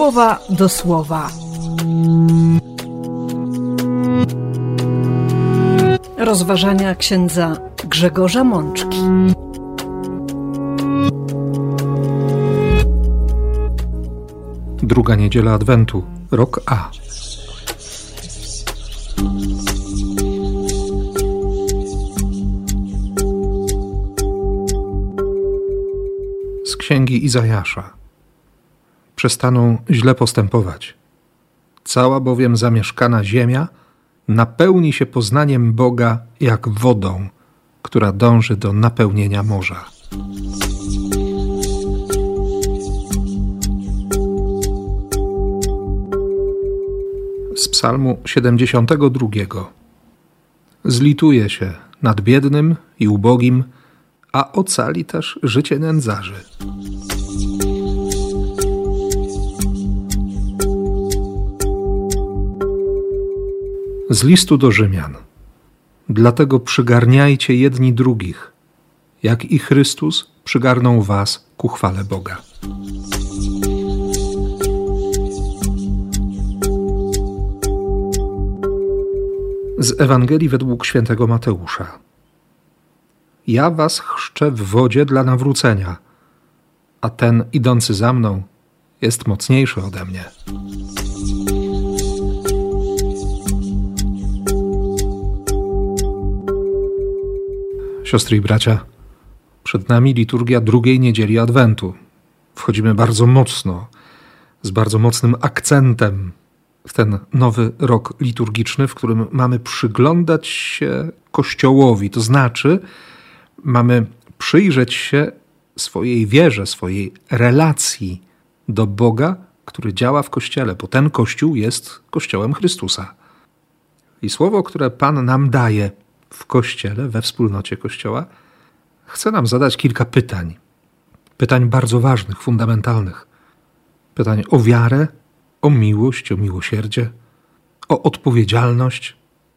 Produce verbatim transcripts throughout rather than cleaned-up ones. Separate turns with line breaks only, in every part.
słowa do słowa. Rozważania księdza Grzegorza Mączki.
Druga niedziela Adwentu, rok A. Z księgi Izajasza. Przestaną źle postępować. Cała bowiem zamieszkana ziemia napełni się poznaniem Boga jak wodą, która dąży do napełnienia morza. Z psalmu siedemdziesiątego drugiego. Zlituje się nad biednym i ubogim, a ocali też życie nędzarzy. Z listu do Rzymian. Dlatego przygarniajcie jedni drugich, jak i Chrystus przygarnął was ku chwale Boga. Z Ewangelii według świętego Mateusza. Ja was chrzczę w wodzie dla nawrócenia, a ten idący za mną jest mocniejszy ode mnie. Siostry i bracia, przed nami liturgia drugiej niedzieli Adwentu. Wchodzimy bardzo mocno, z bardzo mocnym akcentem w ten nowy rok liturgiczny, w którym mamy przyglądać się Kościołowi, to znaczy mamy przyjrzeć się swojej wierze, swojej relacji do Boga, który działa w Kościele, bo ten Kościół jest Kościołem Chrystusa. I słowo, które Pan nam daje w Kościele, we wspólnocie Kościoła, chce nam zadać kilka pytań. Pytań bardzo ważnych, fundamentalnych. Pytań o wiarę, o miłość, o miłosierdzie, o odpowiedzialność,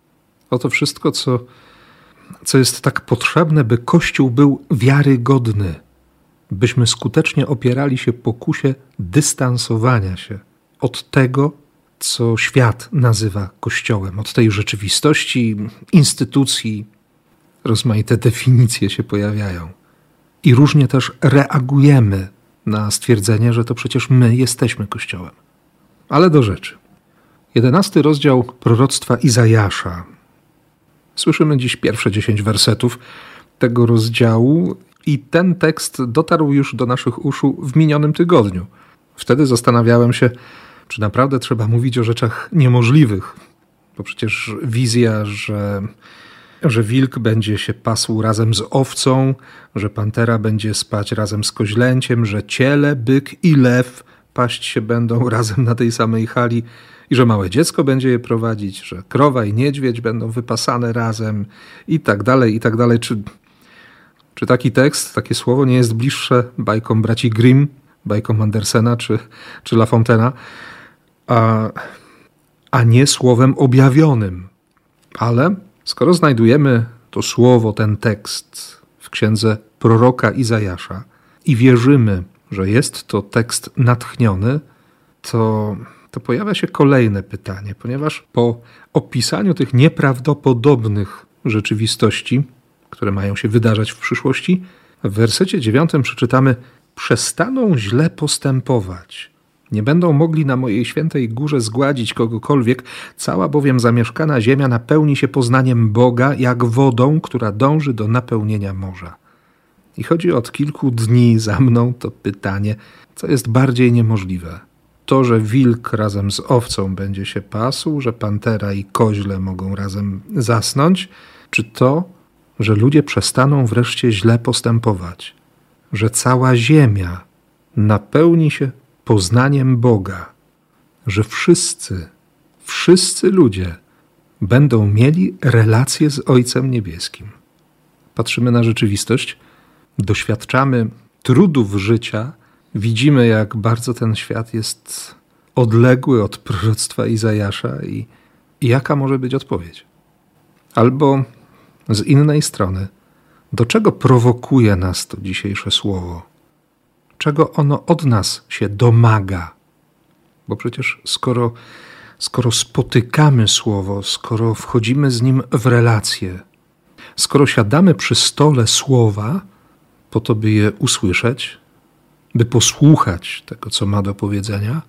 o to wszystko, co, co jest tak potrzebne, by Kościół był wiarygodny, byśmy skutecznie opierali się pokusie dystansowania się od tego, co świat nazywa Kościołem, od tej rzeczywistości, instytucji. Rozmaite definicje się pojawiają. I różnie też reagujemy na stwierdzenie, że to przecież my jesteśmy Kościołem. Ale do rzeczy. Jedenasty rozdział proroctwa Izajasza. Słyszymy dziś pierwsze dziesięć wersetów tego rozdziału i ten tekst dotarł już do naszych uszu w minionym tygodniu. Wtedy zastanawiałem się, czy naprawdę trzeba mówić o rzeczach niemożliwych? Bo przecież wizja, że, że wilk będzie się pasł razem z owcą, że pantera będzie spać razem z koźlęciem, że ciele, byk i lew paść się będą razem na tej samej hali i że małe dziecko będzie je prowadzić, że krowa i niedźwiedź będą wypasane razem i tak dalej, i tak dalej. Czy, czy taki tekst, takie słowo nie jest bliższe bajkom braci Grimm, bajkom Andersena czy, czy La Fontaine'a, a, a nie słowem objawionym. Ale skoro znajdujemy to słowo, ten tekst w księdze proroka Izajasza i wierzymy, że jest to tekst natchniony, to, to pojawia się kolejne pytanie, ponieważ po opisaniu tych nieprawdopodobnych rzeczywistości, które mają się wydarzać w przyszłości, w wersecie dziewiątym przeczytamy: przestaną źle postępować. Nie będą mogli na mojej świętej górze zgładzić kogokolwiek, cała bowiem zamieszkana ziemia napełni się poznaniem Boga jak wodą, która dąży do napełnienia morza. I chodzi od kilku dni za mną to pytanie, co jest bardziej niemożliwe. To, że wilk razem z owcą będzie się pasł, że pantera i koźle mogą razem zasnąć, czy to, że ludzie przestaną wreszcie źle postępować, że cała ziemia napełni się poznaniem Boga, że wszyscy, wszyscy ludzie będą mieli relację z Ojcem Niebieskim. Patrzymy na rzeczywistość, doświadczamy trudów życia, widzimy, jak bardzo ten świat jest odległy od proroctwa Izajasza i, i jaka może być odpowiedź. Albo z innej strony, do czego prowokuje nas to dzisiejsze słowo? Czego ono od nas się domaga? Bo przecież skoro, skoro spotykamy Słowo, skoro wchodzimy z Nim w relacje, skoro siadamy przy stole Słowa po to, by je usłyszeć, by posłuchać tego, co ma do powiedzenia,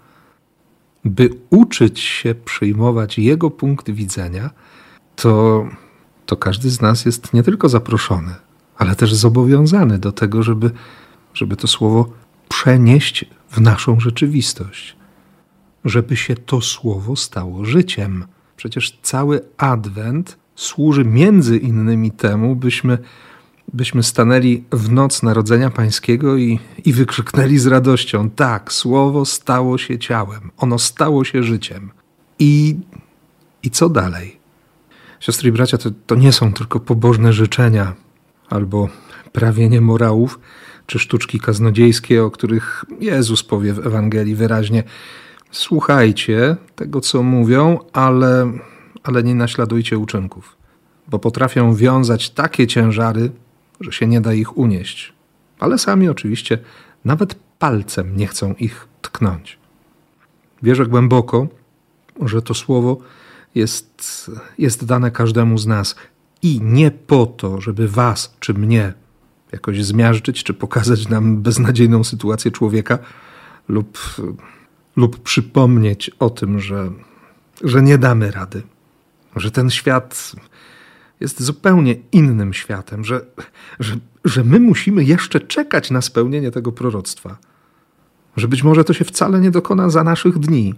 by uczyć się przyjmować Jego punkt widzenia, to, to każdy z nas jest nie tylko zaproszony, ale też zobowiązany do tego, żeby, żeby to Słowo przenieść w naszą rzeczywistość. Żeby się to Słowo stało życiem. Przecież cały Adwent służy między innymi temu, byśmy, byśmy stanęli w noc Narodzenia Pańskiego i, i wykrzyknęli z radością: tak, Słowo stało się ciałem, ono stało się życiem. I, i co dalej? Siostry i bracia, to, to nie są tylko pobożne życzenia albo prawienie morałów, czy sztuczki kaznodziejskie, o których Jezus powie w Ewangelii wyraźnie: słuchajcie tego, co mówią, ale, ale nie naśladujcie uczynków, bo potrafią wiązać takie ciężary, że się nie da ich unieść. Ale sami oczywiście nawet palcem nie chcą ich tknąć. Wierzę głęboko, że to słowo jest, jest dane każdemu z nas i nie po to, żeby was czy mnie jakoś zmiażdżyć, czy pokazać nam beznadziejną sytuację człowieka lub, lub przypomnieć o tym, że, że nie damy rady, że ten świat jest zupełnie innym światem, że, że, że my musimy jeszcze czekać na spełnienie tego proroctwa, że być może to się wcale nie dokona za naszych dni.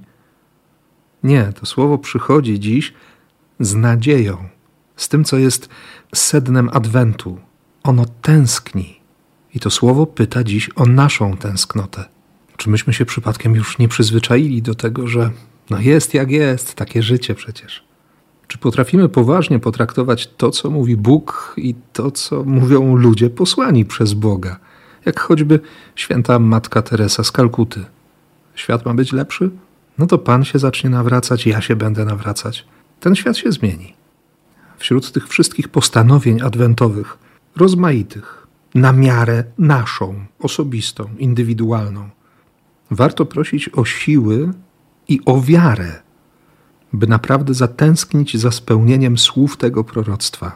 Nie, to słowo przychodzi dziś z nadzieją, z tym, co jest sednem Adwentu. Ono tęskni i to słowo pyta dziś o naszą tęsknotę. Czy myśmy się przypadkiem już nie przyzwyczaili do tego, że no jest jak jest, takie życie przecież? Czy potrafimy poważnie potraktować to, co mówi Bóg i to, co mówią ludzie posłani przez Boga? Jak choćby święta Matka Teresa z Kalkuty. Świat ma być lepszy? No to Pan się zacznie nawracać, ja się będę nawracać. Ten świat się zmieni. Wśród tych wszystkich postanowień adwentowych, rozmaitych, na miarę naszą, osobistą, indywidualną, warto prosić o siły i o wiarę, by naprawdę zatęsknić za spełnieniem słów tego proroctwa.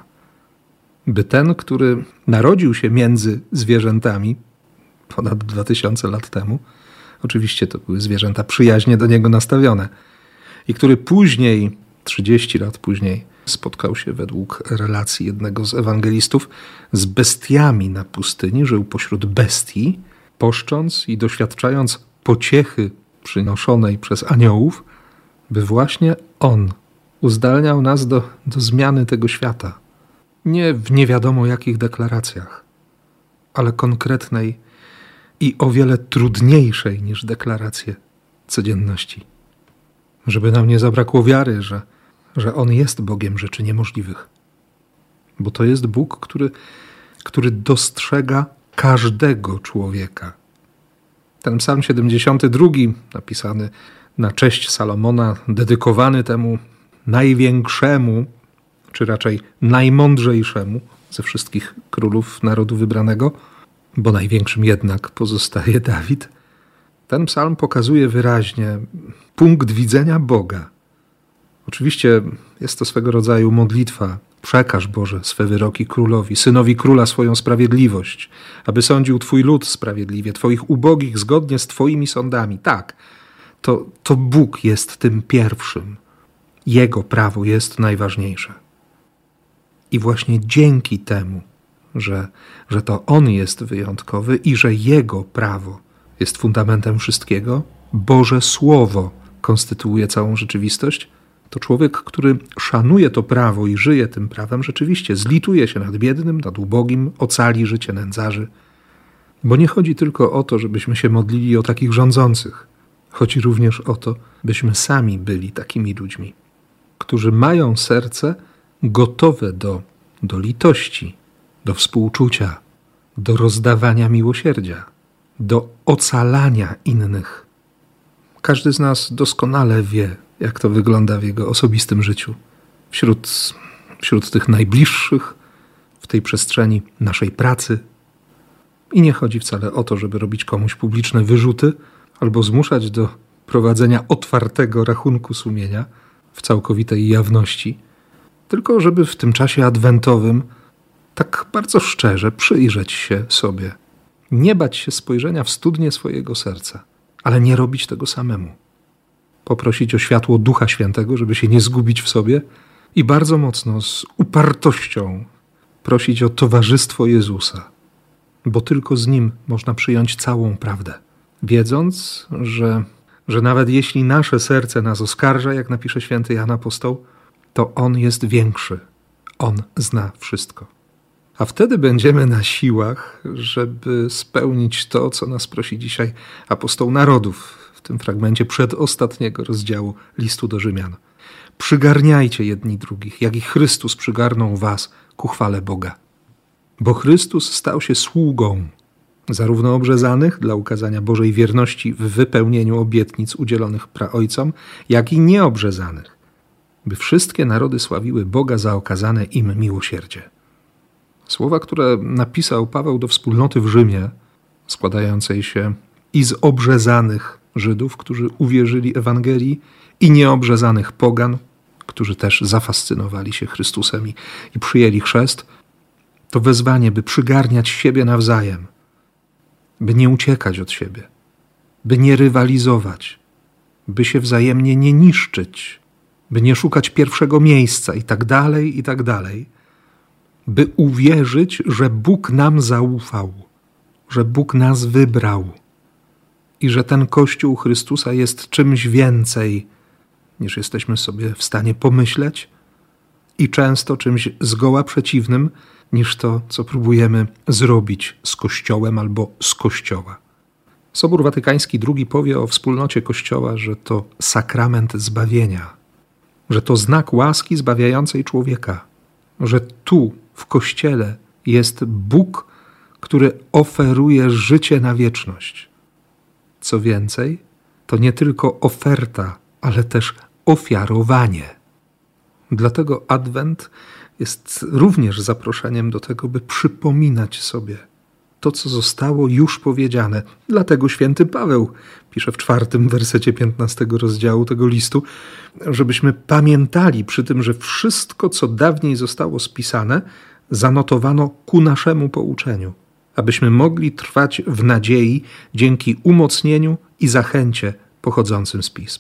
By ten, który narodził się między zwierzętami ponad dwa tysiące lat temu, oczywiście to były zwierzęta przyjaźnie do niego nastawione, i który później, trzydzieści lat później, spotkał się według relacji jednego z ewangelistów z bestiami na pustyni, żył pośród bestii, poszcząc i doświadczając pociechy przynoszonej przez aniołów, by właśnie On uzdalniał nas do, do zmiany tego świata. Nie w nie wiadomo jakich deklaracjach, ale konkretnej i o wiele trudniejszej niż deklaracje codzienności. Żeby nam nie zabrakło wiary, że, że On jest Bogiem rzeczy niemożliwych. Bo to jest Bóg, który, który dostrzega każdego człowieka. Ten psalm siedemdziesiąty drugi, napisany na cześć Salomona, dedykowany temu największemu, czy raczej najmądrzejszemu ze wszystkich królów narodu wybranego, bo największym jednak pozostaje Dawid. Ten psalm pokazuje wyraźnie punkt widzenia Boga. Oczywiście jest to swego rodzaju modlitwa. Przekaż, Boże, swe wyroki królowi, synowi króla swoją sprawiedliwość, aby sądził Twój lud sprawiedliwie, Twoich ubogich zgodnie z Twoimi sądami. Tak, to, to Bóg jest tym pierwszym. Jego prawo jest najważniejsze. I właśnie dzięki temu, że, że to On jest wyjątkowy i że Jego prawo jest fundamentem wszystkiego, Boże Słowo konstytuuje całą rzeczywistość, to człowiek, który szanuje to prawo i żyje tym prawem, rzeczywiście zlituje się nad biednym, nad ubogim, ocali życie nędzarzy. Bo nie chodzi tylko o to, żebyśmy się modlili o takich rządzących. Chodzi również o to, byśmy sami byli takimi ludźmi, którzy mają serce gotowe do, do litości, do współczucia, do rozdawania miłosierdzia, do ocalania innych. Każdy z nas doskonale wie, jak to wygląda w jego osobistym życiu. Wśród, wśród tych najbliższych, w tej przestrzeni naszej pracy. I nie chodzi wcale o to, żeby robić komuś publiczne wyrzuty albo zmuszać do, prowadzenia otwartego rachunku sumienia w całkowitej jawności, tylko żeby w tym czasie adwentowym tak bardzo szczerze przyjrzeć się sobie. Nie bać się spojrzenia w studnię swojego serca, ale nie robić tego samemu. Poprosić o światło Ducha Świętego, żeby się nie zgubić w sobie i bardzo mocno, z upartością prosić o towarzystwo Jezusa, bo tylko z Nim można przyjąć całą prawdę. Wiedząc, że, że nawet jeśli nasze serce nas oskarża, jak napisze święty Jan Apostoł, to On jest większy. On zna wszystko. A wtedy będziemy na siłach, żeby spełnić to, co nas prosi dzisiaj apostoł narodów w tym fragmencie przedostatniego rozdziału listu do Rzymian. Przygarniajcie jedni drugich, jak i Chrystus przygarnął was ku chwale Boga. Bo Chrystus stał się sługą zarówno obrzezanych dla ukazania Bożej wierności w wypełnieniu obietnic udzielonych praojcom, jak i nieobrzezanych, by wszystkie narody sławiły Boga za okazane im miłosierdzie. Słowa, które napisał Paweł do wspólnoty w Rzymie, składającej się i z obrzezanych Żydów, którzy uwierzyli Ewangelii, i nieobrzezanych pogan, którzy też zafascynowali się Chrystusem i, i przyjęli chrzest, to wezwanie, by przygarniać siebie nawzajem, by nie uciekać od siebie, by nie rywalizować, by się wzajemnie nie niszczyć, by nie szukać pierwszego miejsca i tak dalej, i tak dalej, by uwierzyć, że Bóg nam zaufał, że Bóg nas wybrał i że ten Kościół Chrystusa jest czymś więcej, niż jesteśmy sobie w stanie pomyśleć, i często czymś zgoła przeciwnym niż to, co próbujemy zrobić z Kościołem albo z Kościoła. Sobór Watykański drugi powie o wspólnocie Kościoła, że to sakrament zbawienia, że to znak łaski zbawiającej człowieka, że tu w Kościele jest Bóg, który oferuje życie na wieczność. Co więcej, to nie tylko oferta, ale też ofiarowanie. Dlatego Adwent jest również zaproszeniem do tego, by przypominać sobie to, co zostało już powiedziane. Dlatego święty Paweł pisze w czwartym wersecie piętnastego rozdziału tego listu, żebyśmy pamiętali przy tym, że wszystko, co dawniej zostało spisane, zanotowano ku naszemu pouczeniu, abyśmy mogli trwać w nadziei dzięki umocnieniu i zachęcie pochodzącym z Pism.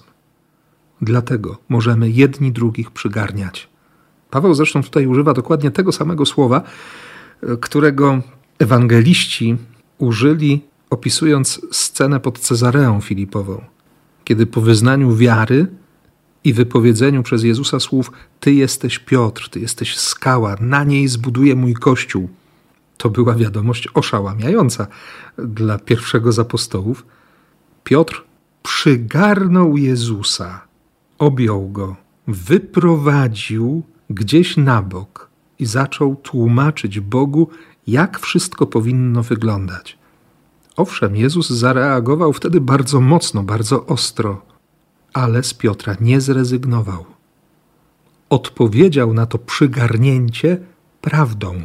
Dlatego możemy jedni drugich przygarniać. Paweł zresztą tutaj używa dokładnie tego samego słowa, którego ewangeliści użyli, opisując scenę pod Cezareą Filipową, kiedy po wyznaniu wiary i wypowiedzeniu przez Jezusa słów Ty jesteś Piotr, Ty jesteś skała, na niej zbuduję mój Kościół. To była wiadomość oszałamiająca dla pierwszego z apostołów. Piotr przygarnął Jezusa, objął Go, wyprowadził gdzieś na bok i zaczął tłumaczyć Bogu, jak wszystko powinno wyglądać. Owszem, Jezus zareagował wtedy bardzo mocno, bardzo ostro, ale z Piotra nie zrezygnował. Odpowiedział na to przygarnięcie prawdą.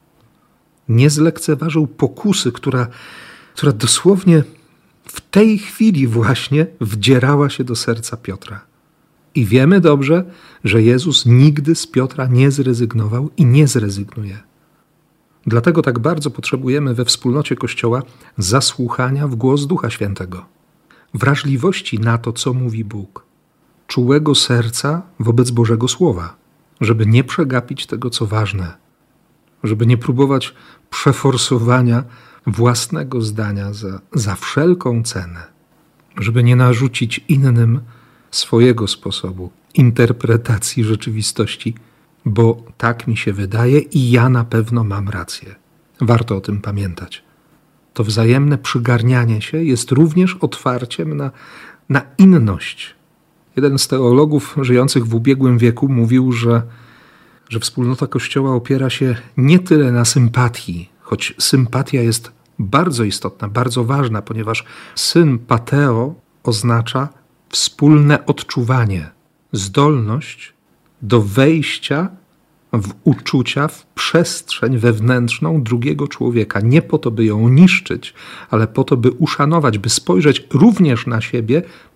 Nie zlekceważył pokusy, która, która dosłownie w tej chwili właśnie wdzierała się do serca Piotra. I wiemy dobrze, że Jezus nigdy z Piotra nie zrezygnował i nie zrezygnuje. Dlatego tak bardzo potrzebujemy we wspólnocie Kościoła zasłuchania w głos Ducha Świętego, wrażliwości na to, co mówi Bóg, czułego serca wobec Bożego Słowa, żeby nie przegapić tego, co ważne, żeby nie próbować przeforsowania własnego zdania za, za wszelką cenę, żeby nie narzucić innym swojego sposobu interpretacji rzeczywistości, bo tak mi się wydaje i ja na pewno mam rację. Warto o tym pamiętać. To wzajemne przygarnianie się jest również otwarciem na, na inność. Jeden z teologów żyjących w ubiegłym wieku mówił, że, że wspólnota Kościoła opiera się nie tyle na sympatii, choć sympatia jest bardzo istotna, bardzo ważna, ponieważ sympateo oznacza wspólne odczuwanie, zdolność do wejścia w uczucia, w przestrzeń wewnętrzną drugiego człowieka. Nie po to, by ją niszczyć, ale po to, by uszanować, by spojrzeć również na siebie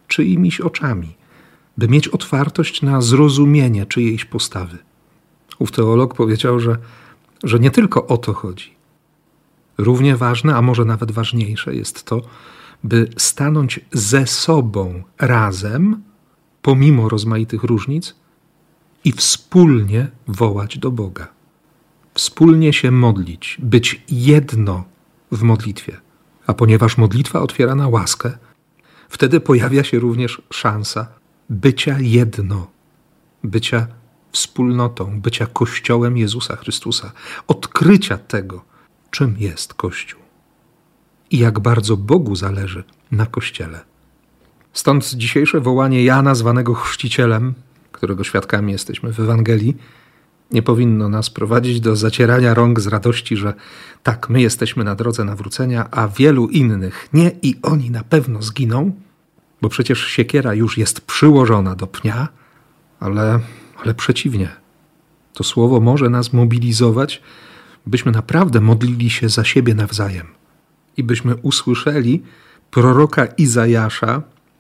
czyimiś oczami, by mieć otwartość na zrozumienie czyjejś postawy. Ów teolog powiedział, że, że nie tylko o to chodzi. Równie ważne, a może nawet ważniejsze jest to, by stanąć ze sobą razem, pomimo rozmaitych różnic, i wspólnie wołać do Boga. Wspólnie się modlić, być jedno w modlitwie. A ponieważ modlitwa otwiera na łaskę, wtedy pojawia się również szansa bycia jedno, bycia wspólnotą, bycia Kościołem Jezusa Chrystusa, odkrycia tego, czym jest Kościół i jak bardzo Bogu zależy na Kościele. Stąd dzisiejsze wołanie Jana, zwanego chrzcicielem, którego świadkami jesteśmy w Ewangelii, nie powinno nas prowadzić do zacierania rąk z radości, że tak, my jesteśmy na drodze nawrócenia, a wielu innych nie i oni na pewno zginą, bo przecież siekiera już jest przyłożona do pnia, ale, ale przeciwnie. To słowo może nas mobilizować, byśmy naprawdę modlili się za siebie nawzajem i byśmy usłyszeli proroka Izajasza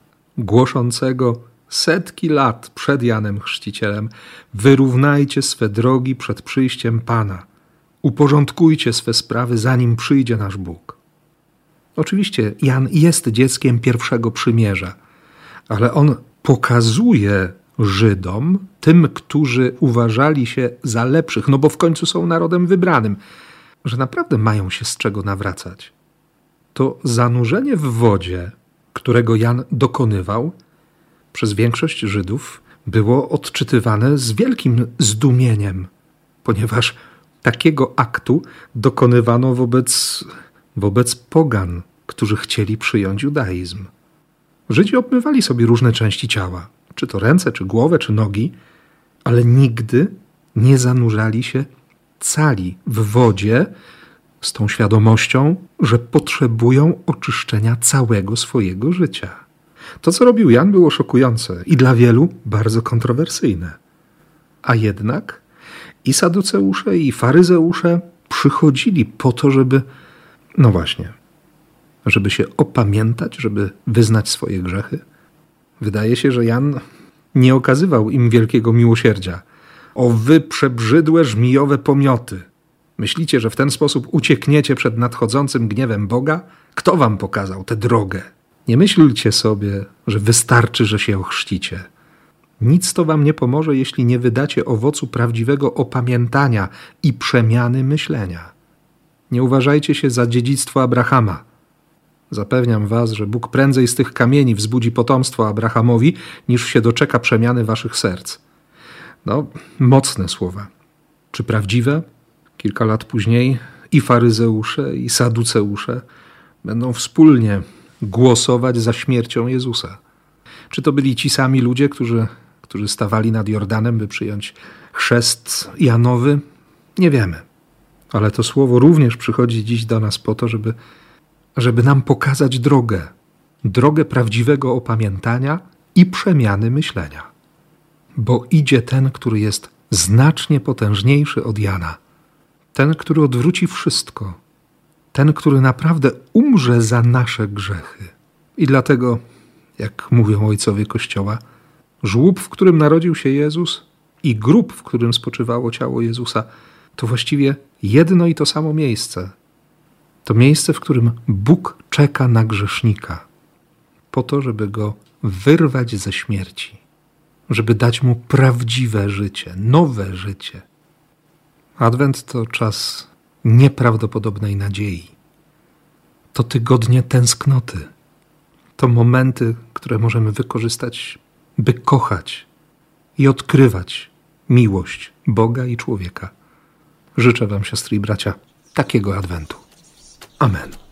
głoszącego setki lat przed Janem Chrzcicielem: wyrównajcie swe drogi przed przyjściem Pana, uporządkujcie swe sprawy, zanim przyjdzie nasz Bóg. Oczywiście Jan jest dzieckiem pierwszego przymierza, ale on pokazuje Żydom, tym, którzy uważali się za lepszych, no bo w końcu są narodem wybranym, że naprawdę mają się z czego nawracać. To zanurzenie w wodzie, którego Jan dokonywał, przez większość Żydów było odczytywane z wielkim zdumieniem, ponieważ takiego aktu dokonywano wobec, wobec pogan, którzy chcieli przyjąć judaizm. Żydzi obmywali sobie różne części ciała, czy to ręce, czy głowę, czy nogi, ale nigdy nie zanurzali się cali w wodzie z tą świadomością, że potrzebują oczyszczenia całego swojego życia. To, co robił Jan, było szokujące i dla wielu bardzo kontrowersyjne. A jednak i saduceusze, i faryzeusze przychodzili po to, żeby, no właśnie, żeby się opamiętać, żeby wyznać swoje grzechy. Wydaje się, że Jan nie okazywał im wielkiego miłosierdzia. O wy przebrzydłe żmijowe pomioty! Myślicie, że w ten sposób uciekniecie przed nadchodzącym gniewem Boga? Kto wam pokazał tę drogę? Nie myślcie sobie, że wystarczy, że się ochrzcicie. Nic to wam nie pomoże, jeśli nie wydacie owocu prawdziwego opamiętania i przemiany myślenia. Nie uważajcie się za dziedzictwo Abrahama. Zapewniam was, że Bóg prędzej z tych kamieni wzbudzi potomstwo Abrahamowi, niż się doczeka przemiany waszych serc. No, mocne słowa. Czy prawdziwe? Kilka lat później i faryzeusze, i saduceusze będą wspólnie głosować za śmiercią Jezusa. Czy to byli ci sami ludzie, którzy, którzy stawali nad Jordanem, by przyjąć chrzest Janowy? Nie wiemy. Ale to słowo również przychodzi dziś do nas po to, żeby, żeby nam pokazać drogę. Drogę prawdziwego opamiętania i przemiany myślenia. Bo idzie ten, który jest znacznie potężniejszy od Jana. Ten, który odwróci wszystko. Ten, który naprawdę umrze za nasze grzechy. I dlatego, jak mówią ojcowie Kościoła, żłób, w którym narodził się Jezus, i grób, w którym spoczywało ciało Jezusa, to właściwie jedno i to samo miejsce. To miejsce, w którym Bóg czeka na grzesznika, po to, żeby go wyrwać ze śmierci, żeby dać mu prawdziwe życie, nowe życie. Adwent to czas nieprawdopodobnej nadziei. To tygodnie tęsknoty. To momenty, które możemy wykorzystać, by kochać i odkrywać miłość Boga i człowieka. Życzę wam, siostry i bracia, takiego Adwentu. Amen.